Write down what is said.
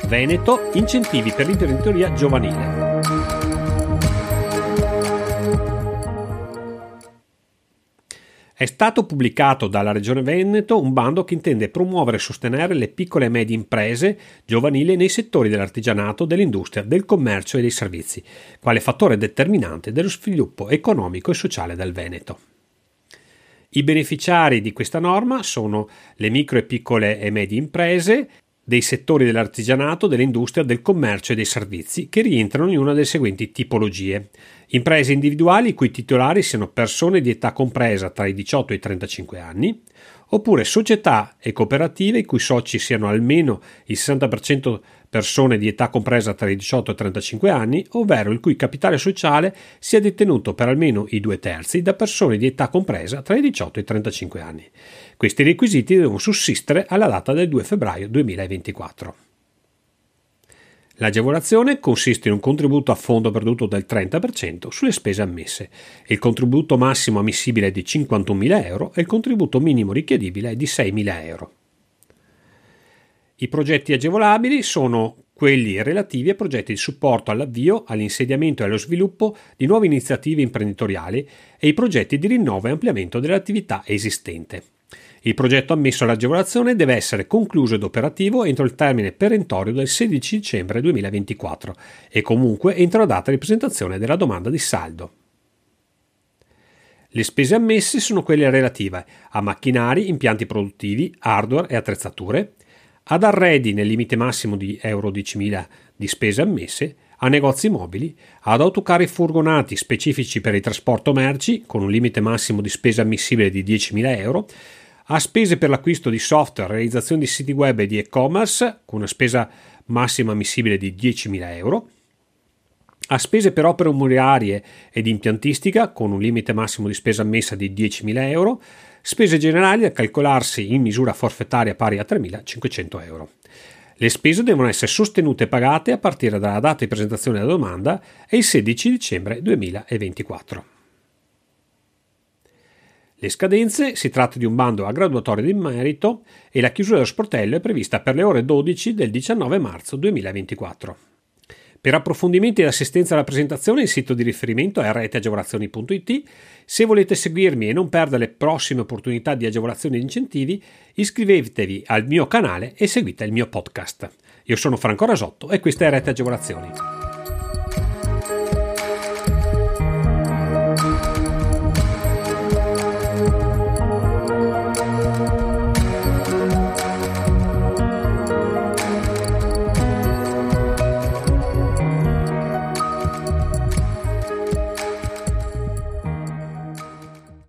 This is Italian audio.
Veneto, incentivi per l'imprenditoria giovanile. È stato pubblicato dalla Regione Veneto un bando che intende promuovere e sostenere le piccole e medie imprese giovanili nei settori dell'artigianato, dell'industria, del commercio e dei servizi, quale fattore determinante dello sviluppo economico e sociale del Veneto. I beneficiari di questa norma sono le micro e piccole e medie imprese dei settori dell'artigianato, dell'industria, del commercio e dei servizi che rientrano in una delle seguenti tipologie: imprese individuali i cui titolari siano persone di età compresa tra i 18 e i 35 anni, oppure società e cooperative i cui soci siano almeno il 60% persone di età compresa tra i 18 e i 35 anni, ovvero il cui capitale sociale sia detenuto per almeno i 2/3 da persone di età compresa tra i 18 e i 35 anni. Questi requisiti devono sussistere alla data del 2 febbraio 2024. L'agevolazione consiste in un contributo a fondo perduto del 30% sulle spese ammesse. Il contributo massimo ammissibile è di 51.000 euro e il contributo minimo richiedibile è di 6.000 euro. I progetti agevolabili sono quelli relativi a progetti di supporto all'avvio, all'insediamento e allo sviluppo di nuove iniziative imprenditoriali e i progetti di rinnovo e ampliamento dell'attività esistente. Il progetto ammesso all'agevolazione deve essere concluso ed operativo entro il termine perentorio del 16 dicembre 2024 e comunque entro la data di presentazione della domanda di saldo. Le spese ammesse sono quelle relative a macchinari, impianti produttivi, hardware e attrezzature, ad arredi nel limite massimo di euro 10.000 di spese ammesse, a negozi mobili, ad autocarri furgonati specifici per il trasporto merci con un limite massimo di spesa ammissibile di 10.000 euro, a spese per l'acquisto di software, realizzazione di siti web e di e-commerce con una spesa massima ammissibile di 10.000 euro, a spese per opere murarie e di impiantistica con un limite massimo di spesa ammessa di 10.000 euro, spese generali da calcolarsi in misura forfettaria pari a 3.500 euro. Le spese devono essere sostenute e pagate a partire dalla data di presentazione della domanda e il 16 dicembre 2024. Le scadenze: si tratta di un bando a graduatoria di merito e la chiusura dello sportello è prevista per le ore 12 del 19 marzo 2024. Per approfondimenti ed assistenza alla presentazione il sito di riferimento è reteagevolazioni.it. Se volete seguirmi e non perdere le prossime opportunità di agevolazioni e incentivi, iscrivetevi al mio canale e seguite il mio podcast. Io sono Franco Rasotto e questa è Rete Agevolazioni.